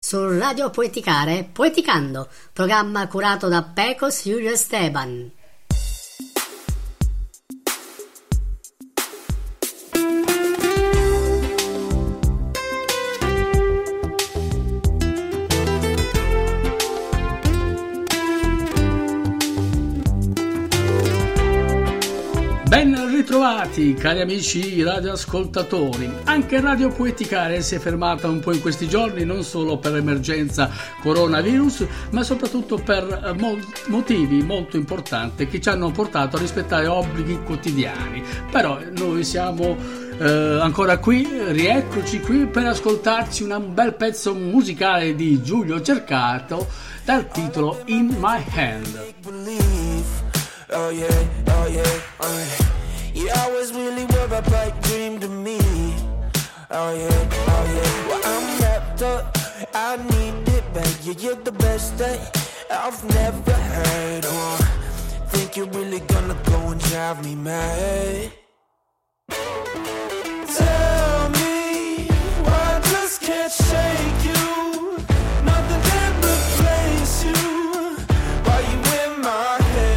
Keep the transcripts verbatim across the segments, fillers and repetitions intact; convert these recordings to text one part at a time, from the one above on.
Su Radio Poeticare, Poeticando, programma curato da Pecos Julio Esteban. Ben ritrovati cari amici radioascoltatori. Anche Radio Poeticare si è fermata un po' in questi giorni, non solo per l'emergenza coronavirus, ma soprattutto per mol- motivi molto importanti che ci hanno portato a rispettare obblighi quotidiani. Però noi siamo eh, ancora qui, rieccoci qui per ascoltarci un bel pezzo musicale di Giulio Cercato dal titolo In My Hand. Oh yeah, oh yeah, oh yeah. You always really were a pipe dream to me. Oh yeah, oh yeah. Well, I'm wrapped up, I need it back. Yeah, you're the best thing I've never heard. Oh, think you're really gonna go and drive me mad. Tell me why I just can't shake you. Nothing can replace you. Why you in my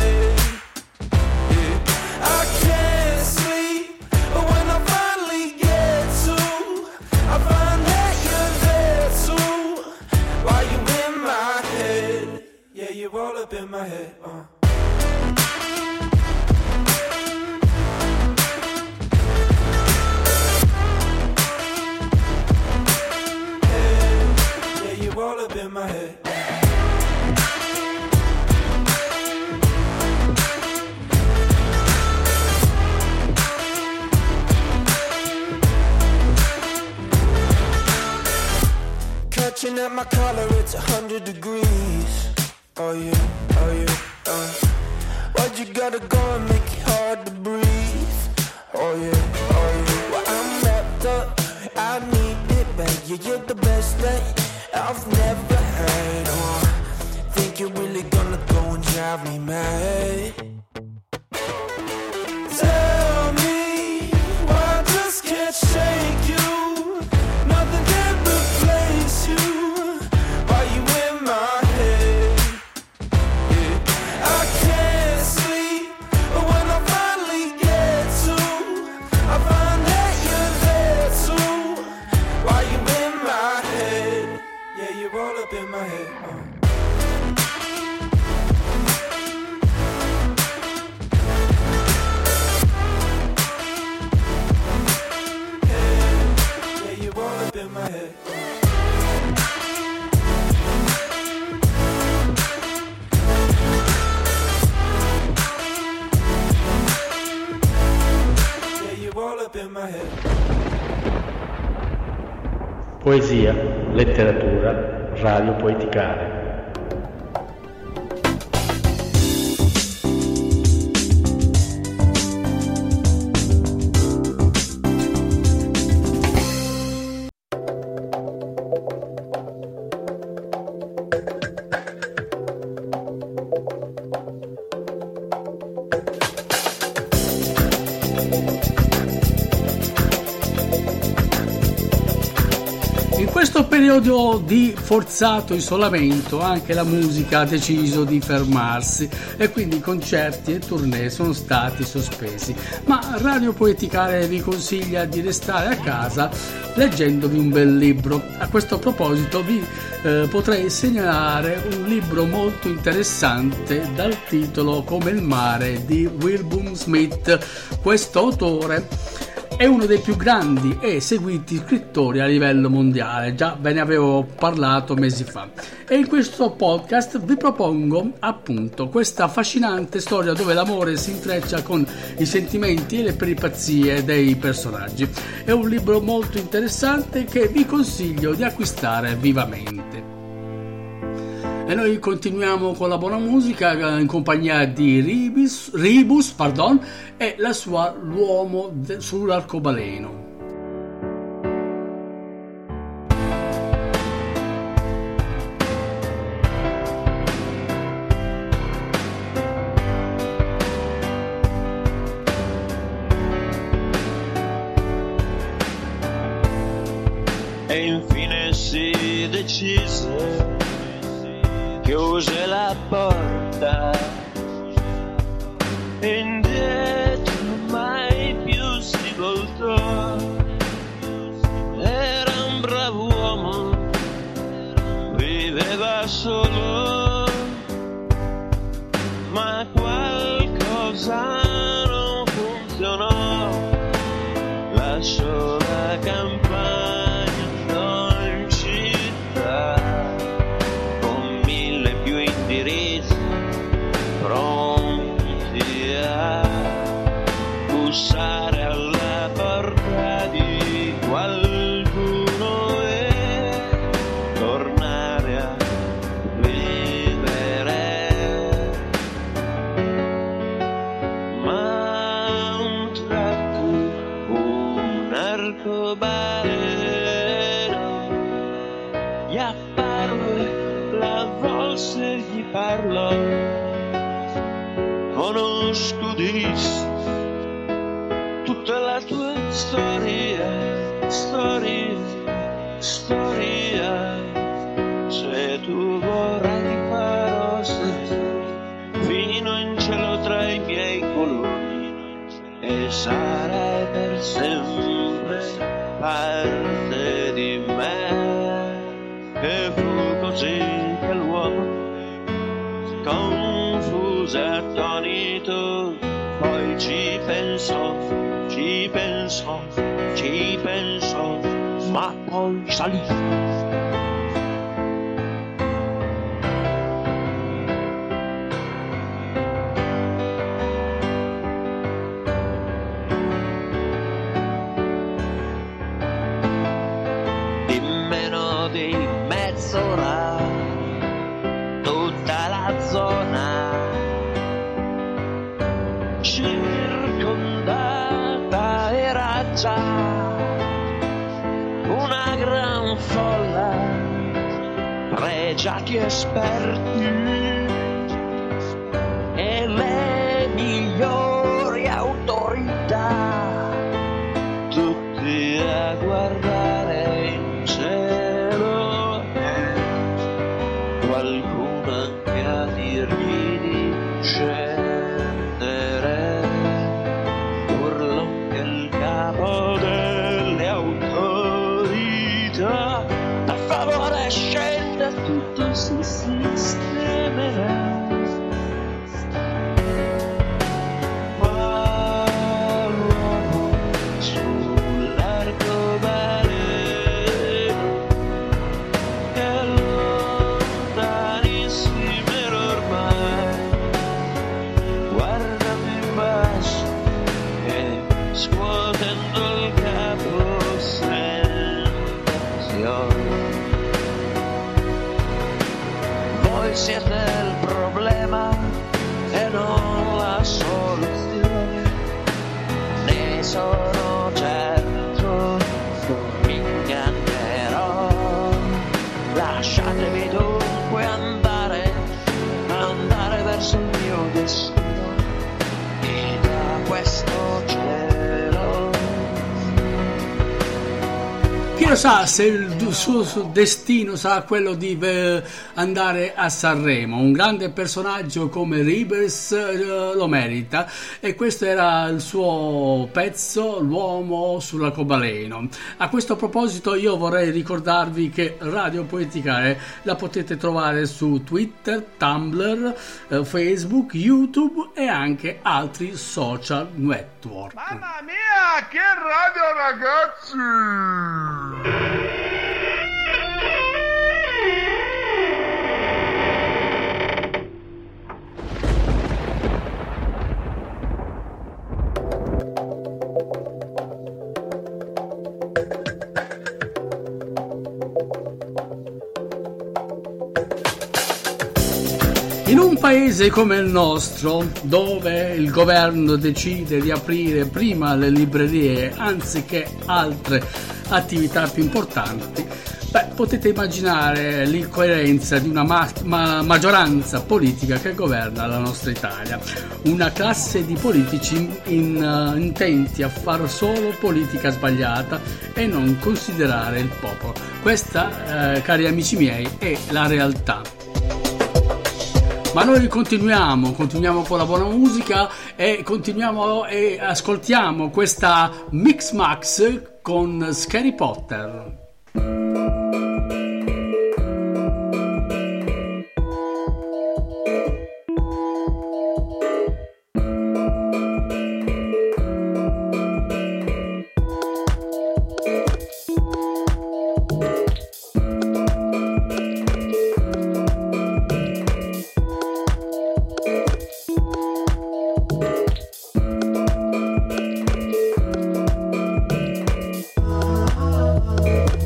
all up in my head, uh. Hey, yeah, you all up in my head. Catching at my collar, it's a hundred degrees. Oh yeah, oh yeah, uh. Why'd you gotta go and make it hard to breathe? Oh yeah, oh yeah. Well, I'm wrapped up, I need it back. Yeah, you're the best thing I've never heard. Oh, think you're really gonna go and drive me mad. Tell me why I just can't shake you. Nothing can replace you. Why you in my all up in my head, uh. Hey, yeah, you all up in my head. Yeah, you all up in my head. Poesia, letteratura, Radio Poeticare. In questo periodo di forzato isolamento anche la musica ha deciso di fermarsi e quindi concerti e tournée sono stati sospesi, ma Radio Poeticare vi consiglia di restare a casa leggendovi un bel libro. A questo proposito vi eh, potrei segnalare un libro molto interessante dal titolo Come il mare di Wilbur Smith. Questo autore è uno dei più grandi e seguiti scrittori a livello mondiale, già ve ne avevo parlato mesi fa, e in questo podcast vi propongo appunto questa affascinante storia dove l'amore si intreccia con i sentimenti e le peripezie dei personaggi. È un libro molto interessante che vi consiglio di acquistare vivamente. E noi continuiamo con la buona musica in compagnia di Ribus, Ribus pardon, e la sua L'uomo de- sull'arcobaleno. E infine si si decise, chiuse la porta, indietro mai più si voltò. Era un bravo uomo, viveva solo, ma qualcosa non funzionò. Lasciò la campagna, andò in città con mille più indirizzi pronti a bussare alla porta di qualcuno e tornare a vivere. Ma a un tratto un arcobaleno gli apparve, la volse, gli parlò. Conosco, disse, tutta la tua storia, storia, storia. Se tu vorrai ti farò salire fino in cielo tra i miei colori e sarai per sempre parte di me. E fu così che l'uomo, confuso e attonito, poi ci pensò, ci pensò, ci pensò, ma poi salì. In meno di mezz'ora tutta la zona circondata era già una gran folla, pregiati esperti e le migliori autorità, tutti a guardare in cielo e qualcuno anche a dirgli di scendere. Urlò che il capo delle autorità, per favore scenda, tutto si sistemerà. Ma l'uomo sull'arcobaleno, che lontanissimo era ormai, guardava in basso e scuotendo il capo senza azione. Voi siete il problema e non la soluzione, ne sono certo, non mi ingannierò. Lasciatevi dunque andare, andare verso il mio destino e da questo cielo. Chi lo sa se il suo destino sarà quello di eh, andare a Sanremo. Un grande personaggio come Rivers eh, lo merita, e questo era il suo pezzo, L'uomo sull'arcobaleno. A questo proposito io vorrei ricordarvi che Radio Poeticare la potete trovare su Twitter, Tumblr, eh, Facebook, YouTube e anche altri social network. Mamma mia, che radio, ragazzi! In un paese come il nostro, dove il governo decide di aprire prima le librerie anziché altre attività più importanti, Beh, potete immaginare l'incoerenza di una ma- ma- maggioranza politica che governa la nostra Italia, una classe di politici in, in, uh, intenti a far solo politica sbagliata e non considerare il popolo. Questa, eh, cari amici miei, è la realtà. Ma noi continuiamo, continuiamo con la buona musica e continuiamo e ascoltiamo questa Mix Max con Scary Potter. Oh,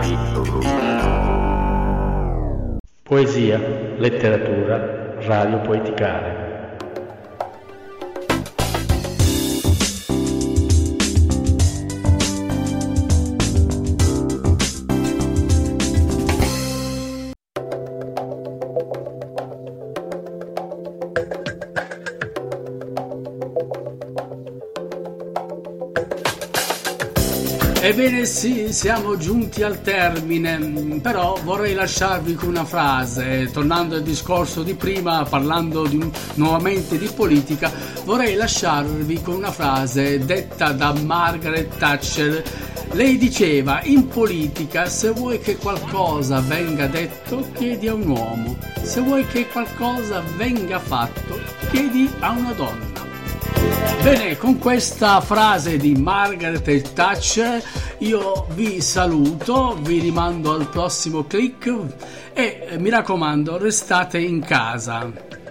Poesia, letteratura, radio poeticale. Ebbene sì, siamo giunti al termine, però vorrei lasciarvi con una frase, tornando al discorso di prima, parlando di, nuovamente di politica, vorrei lasciarvi con una frase detta da Margaret Thatcher. Lei diceva: in politica, se vuoi che qualcosa venga detto, chiedi a un uomo, se vuoi che qualcosa venga fatto, chiedi a una donna. Bene, con questa frase di Margaret Thatcher io vi saluto, vi rimando al prossimo click e mi raccomando, restate in casa.